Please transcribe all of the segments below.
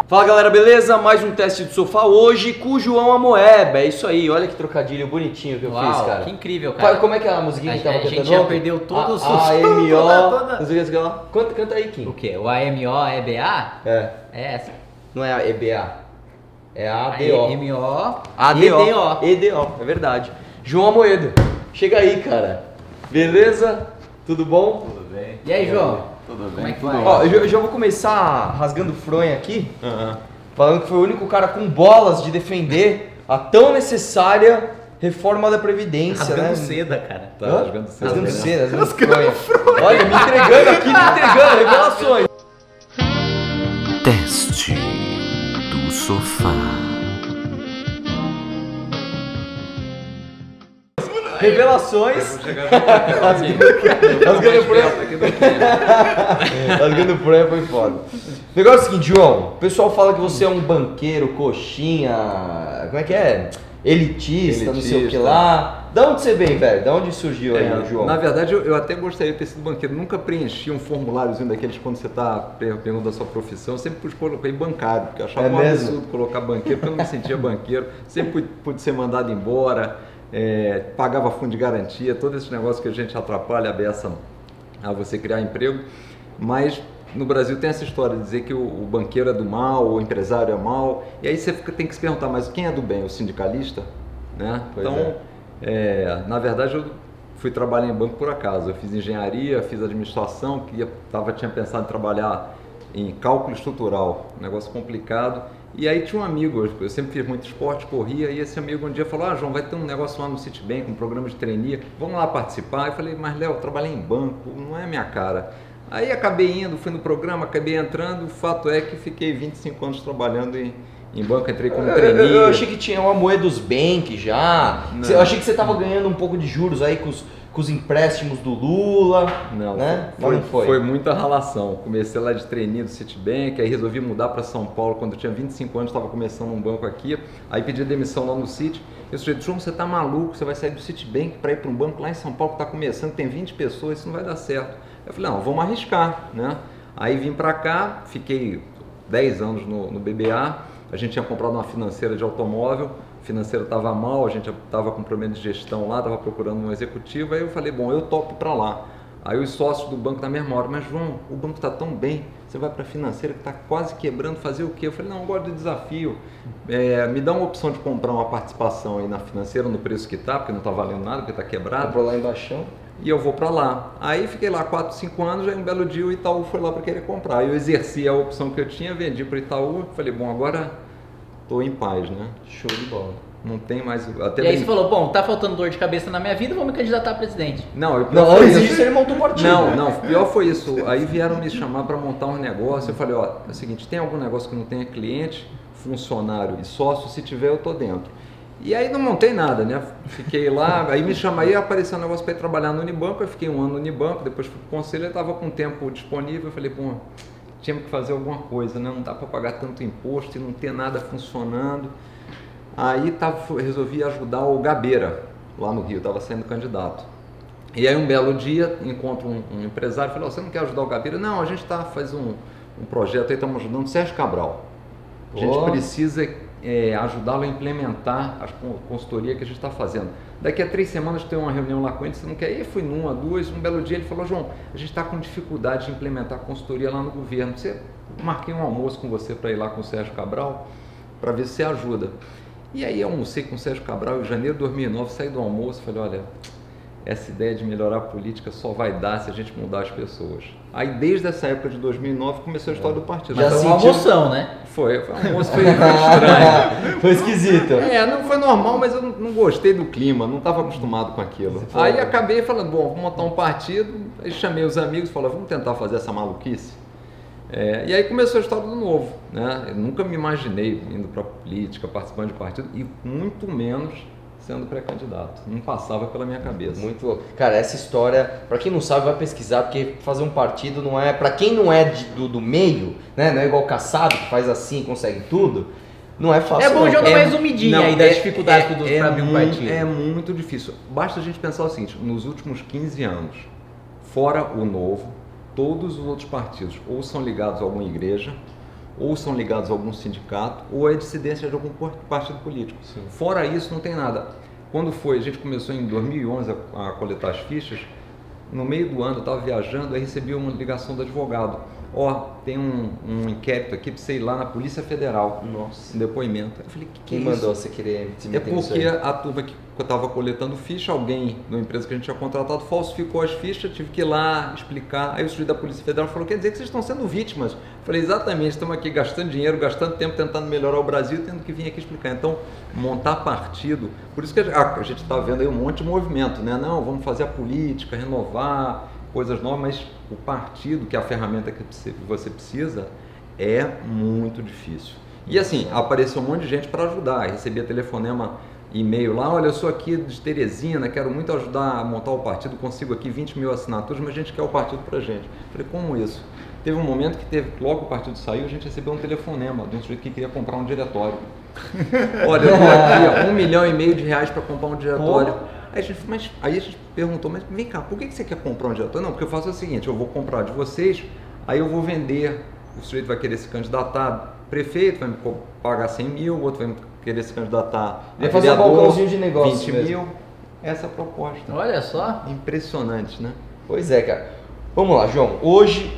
Fala galera, beleza? Mais um teste do sofá hoje com o João Amoeba. É isso aí, olha que trocadilho bonitinho que eu fiz, cara. Que incrível, cara. Como é que é a musiquinha que tava cantando? A gente já perdeu todos os... A-M-O... Canta aí, Kim. O quê? O A-M-O-E-B-A? É. É essa. Não é a E-B-A. É a A-D-O. A-M-O-E-D-O. E-D-O, é verdade. João Amoedo, chega aí, cara. Beleza? Tudo bom? Tudo bem. E aí, João? Tudo bem. Como é que vai? Ó, eu já vou começar rasgando fronha aqui, falando que foi o único cara com bolas de defender a tão necessária reforma da Previdência, Rasgando né? seda, cara. Tá rasgando seda. Rasgando seda, rasgando fronha. Olha, me entregando, revelações. Teste do sofá. Revelações. Rasgando fronha foi foda. O negócio é o seguinte, João. O pessoal fala que você é um banqueiro, coxinha. Como é que é? Elitista, não sei o que lá. Da onde você vem, velho? Da onde surgiu aí, João? Na verdade, eu até gostaria de ter sido banqueiro. Nunca preenchi um formuláriozinho daqueles quando você está perguntando da sua profissão. Eu sempre coloquei bancário, porque eu achava um absurdo colocar banqueiro, porque eu não me sentia banqueiro. Sempre pude ser mandado embora, pagava fundo de garantia, todos esses negócios que a gente atrapalha a beça a você criar emprego. Mas no Brasil tem essa história de dizer que o banqueiro é do mal, o empresário é mal. E aí você tem que se perguntar, mas quem é do bem? O sindicalista? Né? Então, na verdade, eu fui trabalhar em banco por acaso. Eu fiz engenharia, fiz administração, tinha pensado em trabalhar em cálculo estrutural, um negócio complicado. E aí tinha um amigo, eu sempre fiz muito esporte, corria, e esse amigo um dia falou, João, vai ter um negócio lá no Citibank, um programa de trainee, vamos lá participar? Eu falei, mas Léo, eu trabalhei em banco, não é minha cara. Aí acabei indo, fui no programa, acabei entrando, o fato é que fiquei 25 anos trabalhando em banco, entrei como trainee. Eu achei que tinha uma moeda dos Bank já. Eu achei que você estava ganhando um pouco de juros aí com os empréstimos do Lula. Não, né? Foi muita ralação. Comecei lá de trainee do Citibank, aí resolvi mudar para São Paulo quando eu tinha 25 anos, estava começando um banco aqui. Aí pedi demissão lá no Citi. Eu falei, João, você tá maluco, você vai sair do Citibank para ir para um banco lá em São Paulo que está começando, tem 20 pessoas, isso não vai dar certo. Eu falei, não, vamos arriscar, né? Aí vim para cá, fiquei 10 anos no BBA, a gente tinha comprado uma financeira de automóvel, a financeira estava mal, a gente estava com problema de gestão lá, estava procurando um executivo, aí eu falei, bom, eu topo para lá. Aí os sócios do banco da mesma hora, mas João, o banco está tão bem, você vai para a financeira que está quase quebrando, fazer o quê? Eu falei, não, eu gosto de desafio, me dá uma opção de comprar uma participação aí na financeira no preço que está, porque não está valendo nada, porque está quebrado. Comprou lá embaixo. E eu vou para lá. Aí fiquei lá 4, 5 anos, aí um belo dia o Itaú foi lá para querer comprar. Eu exerci a opção que eu tinha, vendi para o Itaú, falei, bom, agora estou em paz, né? Show de bola. Não tem mais... E aí você falou, bom, tá faltando dor de cabeça na minha vida, vou me candidatar a presidente. Não, antes disso ele montou um partido. Não, pior foi isso. Aí vieram me chamar para montar um negócio, eu falei, ó, é o seguinte, tem algum negócio que não tenha cliente, funcionário e sócio? Se tiver, eu tô dentro. E aí não montei nada, né? Fiquei lá, aí me chama aí, apareceu um negócio para ir trabalhar no Unibanco, eu fiquei um ano no Unibanco, depois fui pro conselho, eu estava com tempo disponível, eu falei, bom, tinha que fazer alguma coisa, né? Não dá para pagar tanto imposto e não ter nada funcionando. Aí resolvi ajudar o Gabeira, lá no Rio, estava sendo candidato. E aí um belo dia, encontro um empresário, falei, você não quer ajudar o Gabeira? Não, a gente está fazendo um projeto aí, estamos ajudando o Sérgio Cabral. A gente precisa ajudá-lo a implementar a consultoria que a gente está fazendo. Daqui a 3 semanas tem uma reunião lá com ele, você não quer ir? Fui numa, 2, um belo dia ele falou, João, a gente está com dificuldade de implementar a consultoria lá no governo. Marquei um almoço com você para ir lá com o Sérgio Cabral, para ver se você ajuda. E aí eu almocei com o Sérgio Cabral em janeiro de 2009, saí do almoço e falei, olha, essa ideia de melhorar a política só vai dar se a gente mudar as pessoas. Aí desde essa época de 2009 começou a história do partido. Já foi uma emoção, né? Foi um almoço, foi estranho. Foi esquisito. Não foi normal, mas eu não gostei do clima, não estava acostumado com aquilo. Aí acabei falando, bom, vou montar um partido, aí chamei os amigos e falei, vamos tentar fazer essa maluquice. E aí começou a história do Novo, né? Eu nunca me imaginei indo para a política, participando de partido, e muito menos sendo pré-candidato. Não passava pela minha cabeça. Muito louco. Cara, essa história, pra quem não sabe, vai pesquisar, porque fazer um partido não é... Pra quem não é do meio, né? Não é igual Kassab, que faz assim e consegue tudo, não é fácil. É bom jogar mais umidinha aí das dificuldades para abrir um partido. É muito difícil. Basta a gente pensar o seguinte, nos últimos 15 anos, fora o Novo, todos os outros partidos ou são ligados a alguma igreja, ou são ligados a algum sindicato, ou é dissidência de algum partido político. Sim. Fora isso, não tem nada. Quando a gente começou em 2011 a coletar as fichas, no meio do ano eu estava viajando, aí recebi uma ligação do advogado. Tem um inquérito aqui para você ir lá na Polícia Federal. Nossa. Um depoimento. Eu falei, Quem mandou você querer se meter nisso porque aí? a turma que eu estava coletando ficha, alguém da empresa que a gente tinha contratado falsificou as fichas, tive que ir lá explicar. Aí o sujeito da Polícia Federal falou, quer dizer que vocês estão sendo vítimas. Eu falei, exatamente, estamos aqui gastando dinheiro, gastando tempo tentando melhorar o Brasil, tendo que vir aqui explicar. Então, montar partido, por isso que a gente está vendo aí um monte de movimento, né? Não, vamos fazer a política, renovar, coisas novas, mas o partido, que é a ferramenta que você precisa, é muito difícil. E assim, apareceu um monte de gente para ajudar, recebia telefonema, e-mail lá, olha, eu sou aqui de Teresina, quero muito ajudar a montar o partido, consigo aqui 20 mil assinaturas, mas a gente quer o partido pra gente. Eu falei, como isso? Teve um momento que logo o partido saiu, a gente recebeu um telefonema de um sujeito que queria comprar um diretório. Olha, eu estou aqui, R$1,5 milhão para comprar um diretório. Aí a gente perguntou, mas vem cá, por que você quer comprar um diretório? Não, porque eu faço o seguinte, eu vou comprar de vocês, aí eu vou vender, o sujeito vai querer se candidatar, prefeito vai me pagar 100 mil, o outro vai querer se candidatar a fazer um balcãozinho de negócio 20 mil. Essa é a proposta. Olha só. Impressionante, né? Pois é, cara. Vamos lá, João. Hoje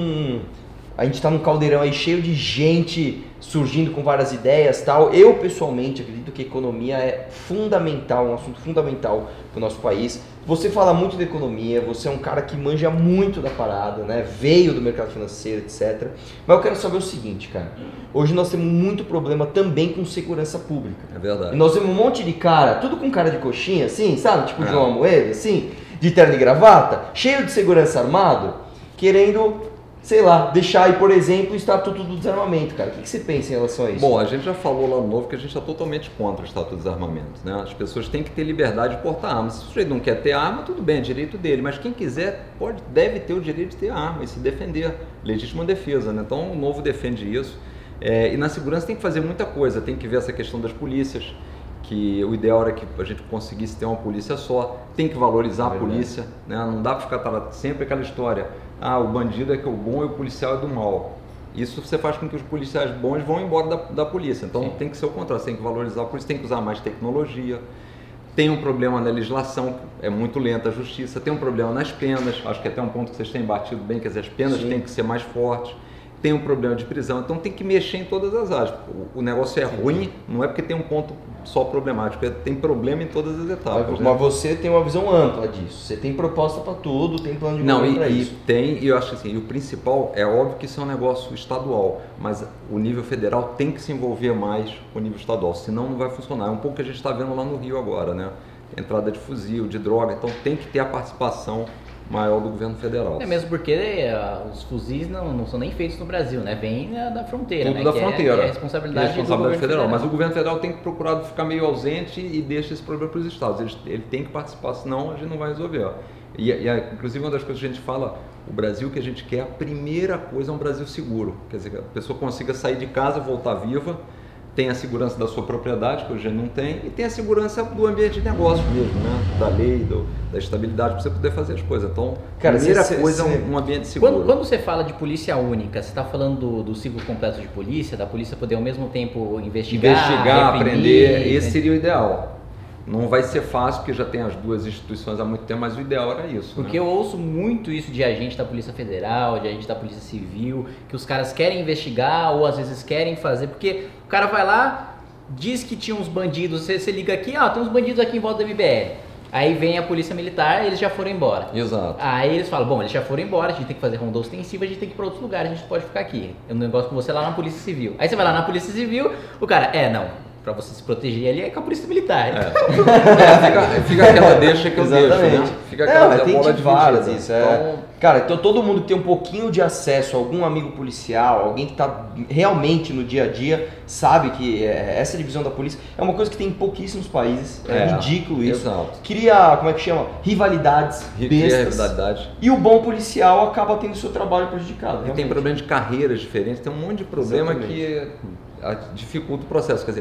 a gente está num caldeirão aí cheio de gente surgindo com várias ideias e tal. Eu, pessoalmente, acredito que a economia é fundamental, um assunto fundamental para o nosso país. Você fala muito de economia, você é um cara que manja muito da parada, né? Veio do mercado financeiro, etc. Mas eu quero saber o seguinte, cara. Hoje nós temos muito problema também com segurança pública. É verdade. E nós temos um monte de cara, tudo com cara de coxinha, assim, sabe? Tipo João Amoedo, assim, de terno e gravata, cheio de segurança armado, querendo, sei lá, deixar aí, por exemplo, o Estatuto do Desarmamento, cara. O que você pensa em relação a isso? Bom, a gente já falou lá no Novo que a gente é totalmente contra o Estatuto do Desarmamento, né? As pessoas têm que ter liberdade de portar armas. Se o sujeito não quer ter arma, tudo bem, é direito dele. Mas quem quiser, deve ter o direito de ter arma e se defender. Legítima defesa, né? Então o Novo defende isso. E na segurança tem que fazer muita coisa. Tem que ver essa questão das polícias, que o ideal era que a gente conseguisse ter uma polícia só. Tem que valorizar a polícia, né? Não dá para ficar sempre aquela história, o bandido é que é o bom e o policial é do mal. Isso você faz com que os policiais bons vão embora da polícia. Então Sim. Tem que ser o contrário, você tem que valorizar a polícia, tem que usar mais tecnologia. Tem um problema na legislação, é muito lenta a justiça. Tem um problema nas penas, acho que até um ponto que vocês têm batido bem, quer dizer, as penas Sim. têm que ser mais fortes. Tem um problema de prisão, então tem que mexer em todas as áreas. O negócio é ruim, não é porque tem um ponto só problemático, tem problema em todas as etapas. Mas você tem uma visão ampla disso, você tem proposta para tudo, tem plano de governo para isso. E eu acho assim, o principal, é óbvio que isso é um negócio estadual, mas o nível federal tem que se envolver mais com o nível estadual, senão não vai funcionar. É um pouco que a gente está vendo lá no Rio agora, né? Entrada de fuzil, de droga, então tem que ter a participação maior do governo federal. É mesmo porque os fuzis não são nem feitos no Brasil, né? Vem da fronteira, Tudo né? da fronteira. É responsabilidade do governo federal. Mas o governo federal tem que procurar ficar meio ausente e deixa esse problema para os estados. Ele tem que participar, senão a gente não vai resolver. Inclusive uma das coisas que a gente fala, o Brasil que a gente quer, a primeira coisa é um Brasil seguro. Quer dizer, que a pessoa consiga sair de casa, voltar viva, tem a segurança da sua propriedade, que hoje não tem, e tem a segurança do ambiente de negócio mesmo, né? Da lei, da estabilidade, para você poder fazer as coisas. Então, a primeira coisa é um ambiente seguro. Quando você fala de polícia única, você está falando do ciclo completo de polícia, da polícia poder ao mesmo tempo investigar, aprender, esse seria o ideal. Não vai ser fácil, porque já tem as duas instituições há muito tempo, mas o ideal era isso. Porque eu ouço muito isso de agente da Polícia Federal, de agente da Polícia Civil, que os caras querem investigar ou às vezes querem fazer, porque o cara vai lá, diz que tinha uns bandidos, você liga aqui, tem uns bandidos aqui em volta da MBL. Aí vem a Polícia Militar, eles já foram embora. Exato. Aí eles falam, bom, eles já foram embora, a gente tem que fazer ronda ostensiva, a gente tem que ir para outros lugares, a gente pode ficar aqui. É um negócio com você lá na Polícia Civil. Aí você vai lá na Polícia Civil, o cara, não. Pra você se proteger ali é com a polícia militar. Fica aquela deixa que eu deixo, né? Fica aquela tem bola de várias dividida. isso. Cara, então todo mundo que tem um pouquinho de acesso a algum amigo policial, alguém que tá realmente no dia a dia, sabe que essa divisão da polícia é uma coisa que tem em pouquíssimos países. É ridículo isso. Exato. Cria, como é que chama? Rivalidades bestas. E o bom policial acaba tendo o seu trabalho prejudicado. E tem problema de carreiras diferentes, tem um monte de problema que dificulta o processo. Quer dizer,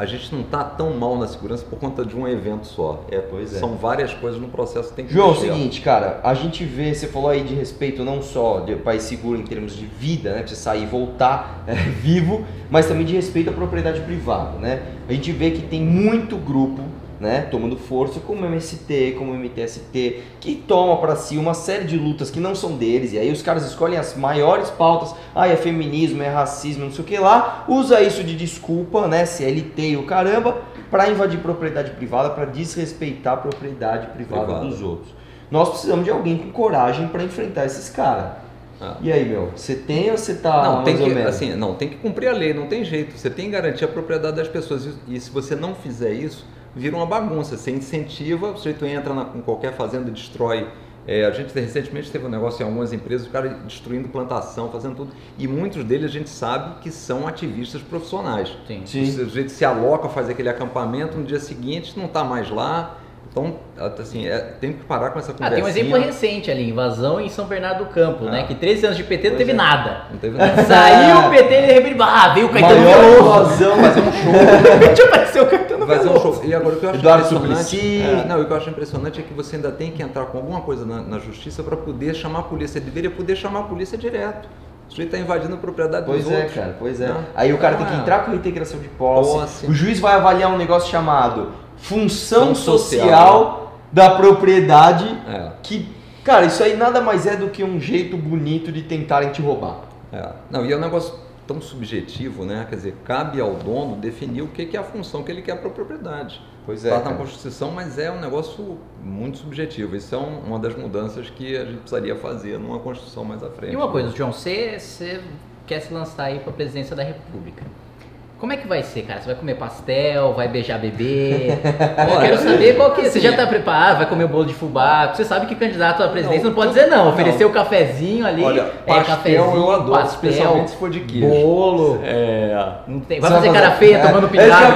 a gente não está tão mal na segurança por conta de um evento só. São várias coisas no processo que tem que João, é o mexer. seguinte, cara, a gente vê, você falou aí de respeito não só de país seguro em termos de vida, né, pra você sair e voltar vivo, mas também de respeito à propriedade privada, né? A gente vê que tem muito grupo, né, tomando força, como o MST, como o MTST, que toma para si uma série de lutas que não são deles, e aí os caras escolhem as maiores pautas, é feminismo, é racismo, não sei o que lá, usa isso de desculpa, né, CLT e o caramba, para invadir propriedade privada, para desrespeitar a propriedade privada dos outros. Nós precisamos de alguém com coragem para enfrentar esses caras. E aí, meu, você tem ou você tá não, tem mais ou que, menos? assim, não, tem que cumprir a lei, não tem jeito. Você tem que garantir a propriedade das pessoas. E se você não fizer isso, vira uma bagunça. Você incentiva, o sujeito entra em qualquer fazenda e destrói. A gente recentemente teve um negócio em algumas empresas, o cara destruindo plantação, fazendo tudo. E muitos deles a gente sabe que são ativistas profissionais. Sim. O sujeito se aloca, faz aquele acampamento, no dia seguinte não está mais lá. Então, assim, tem que parar com essa conversa. Tem um exemplo recente ali, invasão em São Bernardo do Campo, né? Que 13 anos de PT não teve nada. Não teve nada. Saiu o PT e de repente, veio o Caetano Maior Veloso. invasão, Fazer um show. De repente apareceu o Caetano Fazer um Veloso. show. E agora o que eu acho Eduardo impressionante. Suplicy. O que eu acho impressionante é que você ainda tem que entrar com alguma coisa na justiça para poder chamar a polícia. Ele deveria poder chamar a polícia direto. O sujeito está invadindo a propriedade dos outros. Cara, pois é. Não. Aí o cara tem que entrar com reintegração de posse. Posse. O juiz vai avaliar um negócio chamado função social da propriedade. Que, cara, isso aí nada mais é do que um jeito bonito de tentarem te roubar. Não, e é um negócio tão subjetivo, né? Quer dizer, cabe ao dono definir o que é a função que ele quer para a propriedade. Pois é. Está na Constituição, mas é um negócio muito subjetivo. Isso é uma das mudanças que a gente precisaria fazer numa Constituição mais à frente. E uma coisa, João, você quer se lançar aí para a presidência da República. Como é que vai ser, cara? Você vai comer pastel, vai beijar bebê? Eu quero saber qual que é. Você já está preparado? Vai comer o bolo de fubá? Você sabe que candidato à presidência não pode dizer não. Oferecer o cafezinho ali. Olha, pastel cafezinho, eu adoro, pastel, especialmente se for de queijo. Bolo. Não tem. Vai fazer cara feia tomando pingado.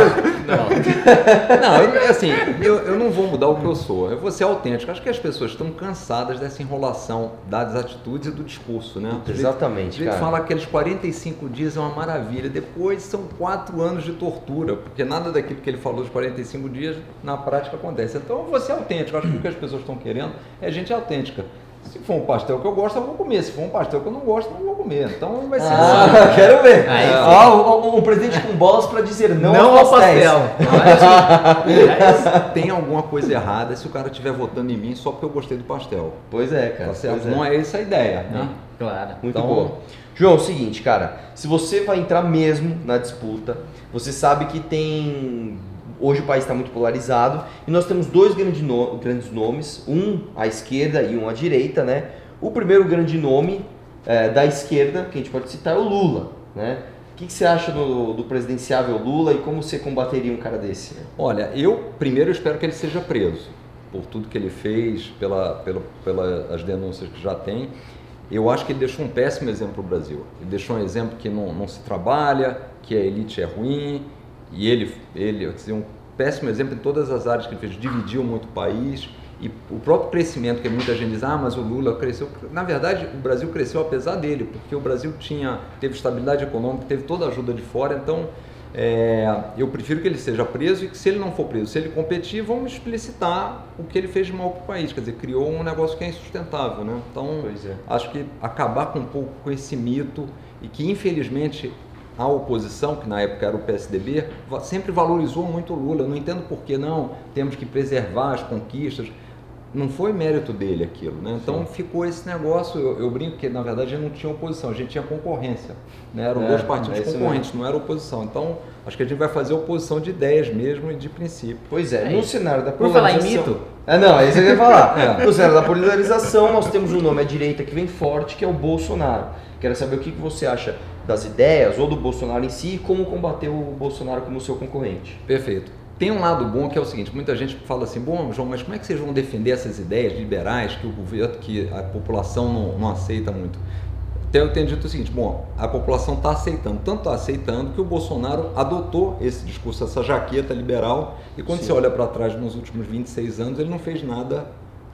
Não, assim, eu não vou mudar o que eu sou. Eu vou ser autêntico. Acho que as pessoas estão cansadas dessa enrolação das atitudes e do discurso, né? Exatamente, cara. A gente fala que aqueles 45 dias é uma maravilha. Depois são 4 anos de tortura, porque nada daquilo que ele falou de 45 dias na prática acontece. Então eu vou ser autêntico. Acho que o que as pessoas estão querendo é gente autêntica. Se for um pastel que eu gosto, eu vou comer. Se for um pastel que eu não gosto, eu não vou comer. Então vai ser quero ver. Um presidente com bolas para dizer não ao pastel. Tem alguma coisa errada se o cara estiver votando em mim só porque eu gostei do pastel. Pois é, cara. Tá certo? Não é essa a ideia, né? Claro. Muito bom. João, é o seguinte, cara. Se você vai entrar mesmo na disputa, você sabe que tem... Hoje o país está muito polarizado e nós temos dois grandes nomes, um à esquerda e um à direita, né? O primeiro grande nome da esquerda que a gente pode citar é o Lula, né? O que você acha do presidenciável Lula e como você combateria um cara desse? Olha, primeiro espero que ele seja preso por tudo que ele fez, pelas denúncias que já tem. Eu acho que ele deixou um péssimo exemplo para o Brasil. Ele deixou um exemplo que não se trabalha, que a elite é ruim. E ele um péssimo exemplo em todas as áreas que ele fez, dividiu muito o país. E o próprio crescimento, que muita gente diz, mas o Lula cresceu. Na verdade, o Brasil cresceu apesar dele, porque o Brasil teve estabilidade econômica, teve toda a ajuda de fora. Então, eu prefiro que ele seja preso e que, se ele não for preso, se ele competir, vamos explicitar o que ele fez de mal para o país. Quer dizer, criou um negócio que é insustentável, né? Então, acho que acabar com um pouco com esse mito e que, infelizmente, a oposição, que na época era o PSDB, sempre valorizou muito o Lula. Eu não entendo por que não, temos que preservar as conquistas. Não foi mérito dele aquilo, né? Então ficou esse negócio, eu brinco que na verdade a gente não tinha oposição, a gente tinha concorrência, né? Eram dois partidos concorrentes, não era oposição. Então acho que a gente vai fazer oposição de ideias mesmo e de princípio. Pois é, no cenário da polarização... Por falar em mito? Não, é isso que eu ia falar. No cenário da polarização nós temos um nome à direita que vem forte, que é o Bolsonaro. Quero saber o que você acha das ideias ou do Bolsonaro em si e como combater o Bolsonaro como seu concorrente. Perfeito. Tem um lado bom que é o seguinte, muita gente fala assim, bom, João, mas como é que vocês vão defender essas ideias liberais que o governo, que a população não aceita muito? Então eu tenho dito o seguinte, bom, a população está aceitando, tanto está aceitando que o Bolsonaro adotou esse discurso, essa jaqueta liberal, e quando você olha para trás nos últimos 26 anos, ele não fez nada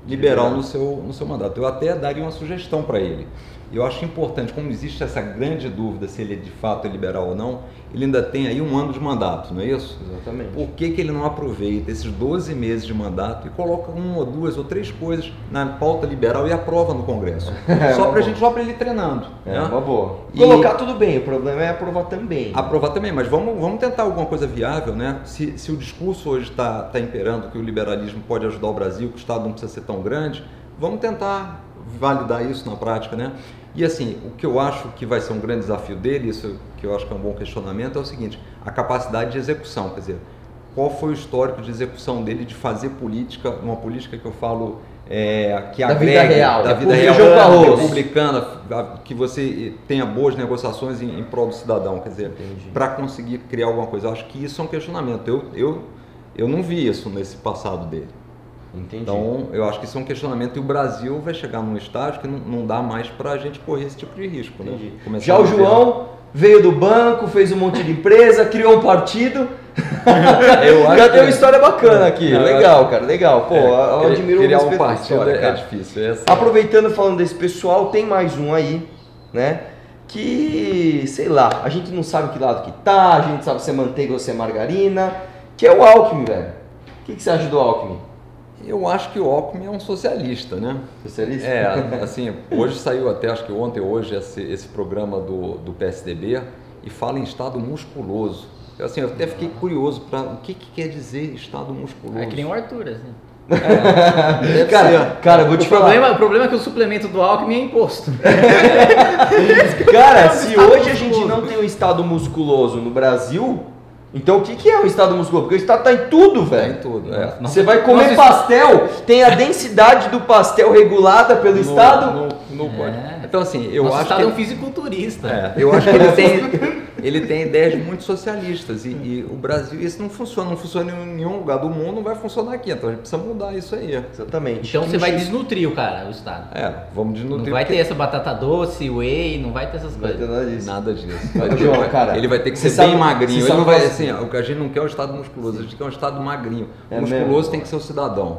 liberal no seu mandato. Eu até daria uma sugestão para ele. Eu acho importante, como existe essa grande dúvida se ele de fato é liberal ou não, ele ainda tem aí 1 ano de mandato, não é isso? Exatamente. Por que ele não aproveita esses 12 meses de mandato e coloca 1 ou 2 ou 3 coisas na pauta liberal e aprova no Congresso? Só para ele ir treinando. É, né? uma boa. Colocar tudo bem, o problema é aprovar também. Aprovar também, mas vamos tentar alguma coisa viável, né? Se o discurso hoje está imperando que o liberalismo pode ajudar o Brasil, que o Estado não precisa ser tão grande, vamos tentar validar isso na prática, né? E assim, o que eu acho que vai ser um grande desafio dele, isso que eu acho que é um bom questionamento, é o seguinte: a capacidade de execução, quer dizer, qual foi o histórico de execução dele de fazer política, uma política que eu falo que da agregue, vida real, da vida real, republicana, que você tenha boas negociações em prol do cidadão, quer dizer, para conseguir criar alguma coisa. Eu acho que isso é um questionamento. Eu não vi isso nesse passado dele. Entendi. Então, eu acho que isso é um questionamento e o Brasil vai chegar num estágio que não dá mais para a gente correr esse tipo de risco. Né? Já o João veio do banco, fez um monte de empresa, criou um partido. Já tem uma história bacana aqui. Legal, cara, legal. Pô, eu admiro criar o um partido história, é difícil. Aproveitando, falando desse pessoal, tem mais um aí, né? Que, sei lá, a gente não sabe que lado que tá, a gente sabe se é manteiga ou se é margarina, que é o Alckmin, velho. O que você acha do Alckmin? Eu acho que o Alckmin é um socialista, né? Socialista? Assim, hoje saiu até, acho que ontem ou hoje, esse programa do PSDB e fala em estado musculoso. Assim, eu até fiquei curioso para o que quer dizer estado musculoso. É que nem o Arthur, assim. Cara, vou te falar. O problema é que o suplemento do Alckmin é imposto. Cara, se hoje a gente não tem um estado musculoso no Brasil, então o que é o estado musculoso? Porque o estado tá em tudo, velho. Tá em tudo, Você vai comer pastel, tem a densidade do pastel regulada pelo estado? Não pode. Então assim, eu Nosso acho estado que é um fisiculturista. eu acho que ele tem ideias muito socialistas e o Brasil, isso não funciona em nenhum lugar do mundo, não vai funcionar aqui, então a gente precisa mudar isso aí. Exatamente. Então você vai desnutrir o cara, o estado. Vamos desnutrir. Não vai ter essa batata doce, whey, não vai ter essas coisas. Não vai ter nada disso. Nada disso. João, cara, ele vai ter que ser bem magrinho. Ele não vai, assim, o que a gente não quer é um estado musculoso, a gente quer um estado magrinho. O musculoso tem que ser o cidadão.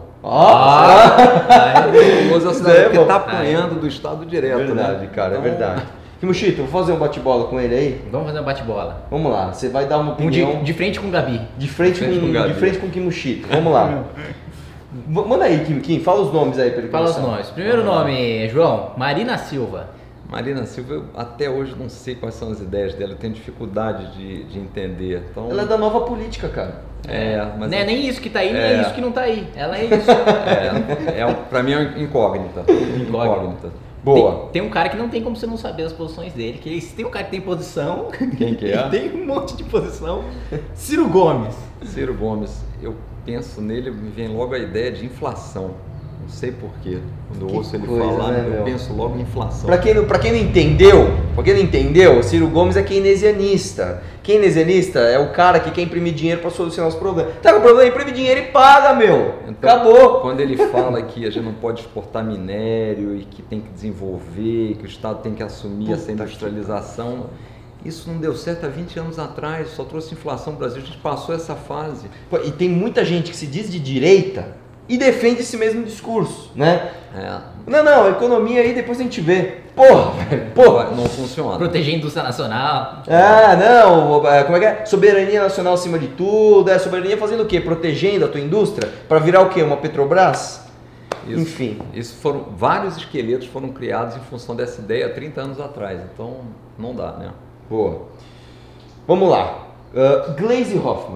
O musculoso é o cidadão que está apanhando do estado direto. Verdade, né? cara, então, é verdade. Kimoshito, vou fazer um bate-bola com ele aí? Vamos fazer um bate-bola. Vamos lá, você vai dar uma opinião... De frente com o Gabi. De frente com o Kimoshito. Vamos lá. Manda aí, Kim, fala os nomes aí pra ele Fala começar. os nomes. Primeiro nome, João, Marina Silva. Marina Silva, eu até hoje não sei quais são as ideias dela, eu tenho dificuldade de entender. Então, ela é da nova política, cara. Mas não é nem isso que tá aí, nem é isso que não tá aí. Ela é isso. Pra mim é incógnita. Boa. Tem um cara que não tem como você não saber as posições dele, que tem um cara que tem posição. Quem que é? Tem um monte de posição. Ciro Gomes. Ciro Gomes, eu penso nele, me vem logo a ideia de inflação. Não sei porquê. Quando eu ouço ele falar, né, eu penso logo em inflação. Pra quem não entendeu, Ciro Gomes é keynesianista. Keynesianista é o cara que quer imprimir dinheiro para solucionar os problemas. Tá com problema, imprime dinheiro e paga, meu. Então, acabou. Quando ele fala que a gente não pode exportar minério e que tem que desenvolver, que o Estado tem que assumir essa industrialização, isso não deu certo há 20 anos atrás, só trouxe inflação no Brasil, a gente passou essa fase. E tem muita gente que se diz de direita e defende esse mesmo discurso, né? Não, economia aí depois a gente vê. Porra, não funciona. Proteger a indústria nacional. Como é que é? Soberania nacional acima de tudo. Soberania fazendo o quê? Protegendo a tua indústria? Para virar o quê? Uma Petrobras? Enfim. Vários esqueletos foram criados em função dessa ideia há 30 anos atrás. Então, não dá, né? Boa. Vamos lá. Gleisi Hoffmann.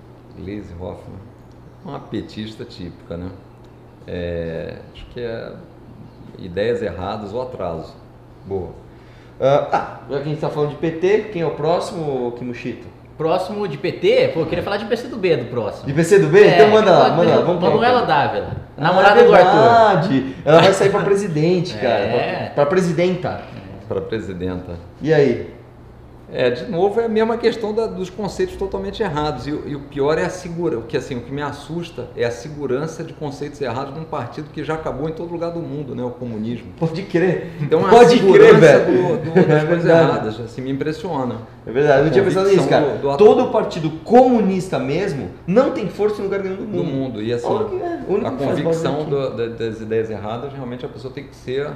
Uma petista típica, né? Acho que é ideias erradas ou atraso. Boa. Já que a gente está falando de PT, quem é o próximo, Kimoshito? Próximo de PT? Pô, eu queria falar de PCdoB do próximo. De PCdoB? Então manda lá. Vamos Manuela Dávila, namorada do Arthur. Ela vai sair para presidente, cara. Para presidenta. Para presidenta. E aí? De novo, é a mesma questão dos conceitos totalmente errados. E o pior é o que me assusta é a segurança de conceitos errados num partido que já acabou em todo lugar do mundo, né? O comunismo. Pode crer. Então, Pode crer, velho. das coisas erradas, assim, me impressiona. É verdade, eu não tinha pensado nisso, cara. Todo partido comunista mesmo não tem força em lugar nenhum do mundo. E assim, a convicção das ideias erradas, realmente a pessoa tem que ser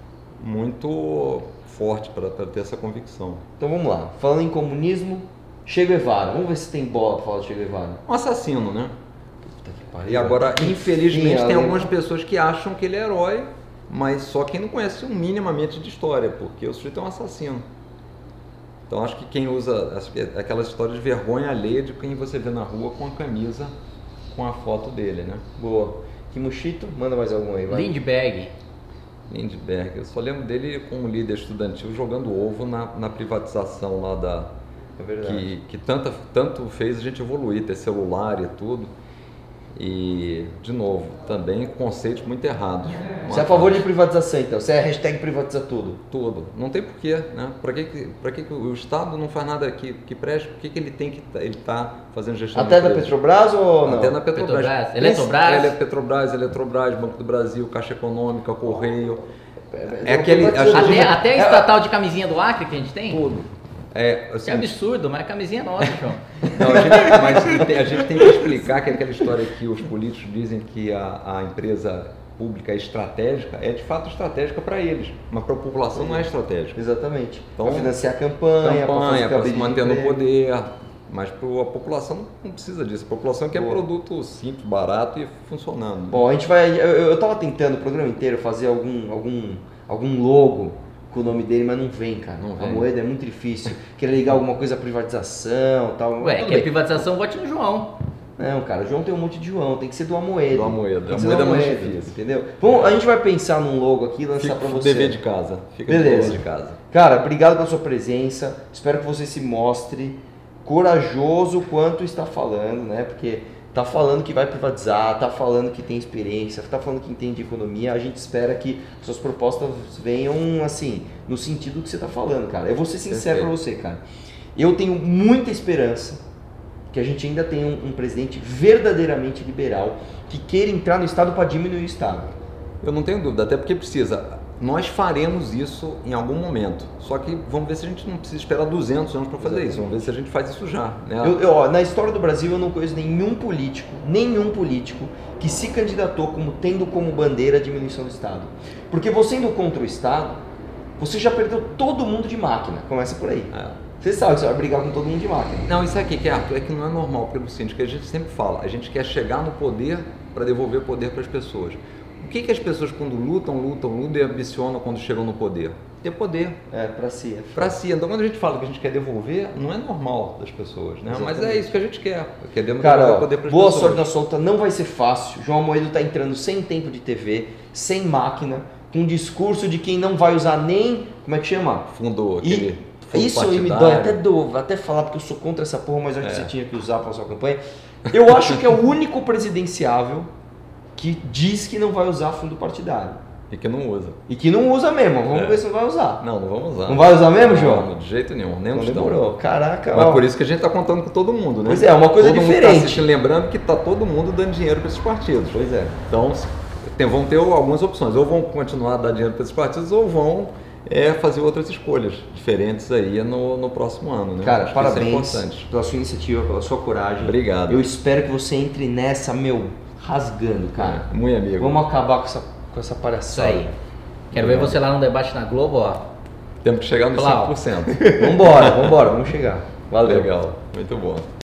muito forte para ter essa convicção. Então vamos lá, falando em comunismo, Che Guevara, vamos ver se tem bola para falar de Che Guevara. Um assassino, né? Puta que pariu. E agora, infelizmente, tem algumas pessoas que acham que ele é herói, mas só quem não conhece minimamente de história, porque o sujeito é um assassino. Então acho que quem usa aquela história de vergonha alheia de quem você vê na rua com a camisa com a foto dele, né? Boa. Kimoshito, manda mais algum aí, vai. Lindbergh, eu só lembro dele como líder estudantil jogando ovo na privatização lá É verdade. que tanto fez a gente evoluir, ter celular e tudo. E, de novo, também conceitos muito errados. Você é a favor de privatização, então? Você é hashtag privatiza tudo? Tudo. Não tem porquê, né? Para que o Estado não faz nada que preste? Por que ele tem que ele tá fazendo gestão? Até da Petrobras ou não? Até na Petrobras. Eletrobras, Banco do Brasil, Caixa Econômica, Correio. Até a estatal de camisinha do Acre que a gente tem? Tudo. Assim, é absurdo, mas a camisinha é nossa, João. Não, a gente tem que explicar que aquela história que os políticos dizem que a empresa pública é estratégica, é de fato estratégica para eles, mas para a população não é estratégica. Exatamente. Então, para financiar a campanha para se manter no poder, mas a população não precisa disso. A população quer produto simples, barato e funcionando. Bom, a gente vai. Eu estava tentando o programa inteiro fazer algum logo com o nome dele, mas não vem, cara. A Moeda é muito difícil. Querer ligar alguma coisa à privatização e tal. Ué, que é privatização, vote no João. Não, cara, o João tem um monte de João, tem que ser do Amoedo. Do Amoedo. A Moeda é mais difícil. Entendeu? Bom, a gente vai pensar num logo aqui e lançar pra você. Dever de casa. Fica beleza. De casa. Cara, obrigado pela sua presença. Espero que você se mostre corajoso quanto está falando, né? Porque tá falando que vai privatizar, tá falando que tem experiência, tá falando que entende de economia. A gente espera que suas propostas venham, assim, no sentido que você tá falando, cara. Eu vou ser sincero pra você, cara. Eu tenho muita esperança que a gente ainda tenha um presidente verdadeiramente liberal que queira entrar no Estado para diminuir o Estado. Eu não tenho dúvida, até porque precisa. Nós faremos isso em algum momento, só que vamos ver se a gente não precisa esperar 200 anos para fazer isso, vamos ver se a gente faz isso já. Né? Na história do Brasil eu não conheço nenhum político que se candidatou como tendo como bandeira a diminuição do Estado. Porque você indo contra o Estado, você já perdeu todo mundo de máquina, começa por aí. Você sabe que você vai brigar com todo mundo de máquina. Não, isso aqui, Arthur, é que não é normal, pelo seguinte, que a gente sempre fala, a gente quer chegar no poder para devolver poder para as pessoas. O que as pessoas quando lutam e ambicionam quando chegam no poder? Ter poder. Para si. Para si. Então quando a gente fala que a gente quer devolver, não é normal das pessoas, né? Exatamente. Mas é isso que a gente quer. Queremos devolver poder para as boa pessoas. Sorte na solta, não vai ser fácil. João Amoedo está entrando sem tempo de TV, sem máquina, com um discurso de quem não vai usar nem, como é que chama? Fundo aquele... Isso aí me dói, até falar, porque eu sou contra essa porra, mas acho que você tinha que usar para sua campanha. Eu acho que é o único presidenciável que diz que não vai usar fundo partidário. E que não usa. E que não usa mesmo, vamos ver se não vai usar. Não vamos usar. Não vai usar mesmo, João? Não, de jeito nenhum, nem não demorou. Caraca, mas por isso que a gente está contando com todo mundo, né? Pois é, uma coisa todo diferente. Mundo tá assistindo, lembrando que está todo mundo dando dinheiro para esses partidos. Pois é. Então, vão ter algumas opções. Ou vão continuar a dar dinheiro para esses partidos, ou vão fazer outras escolhas diferentes aí no próximo ano, né? Cara, acho parabéns pela sua iniciativa, pela sua coragem. Obrigado. Eu espero que você entre nessa, rasgando, cara. Muito amigo. Vamos acabar com essa palhaçada. Isso aí. Quero ver você lá no debate na Globo, ó. Temos que chegar nos 5%. Vambora, vamos chegar. Valeu. Legal, muito bom.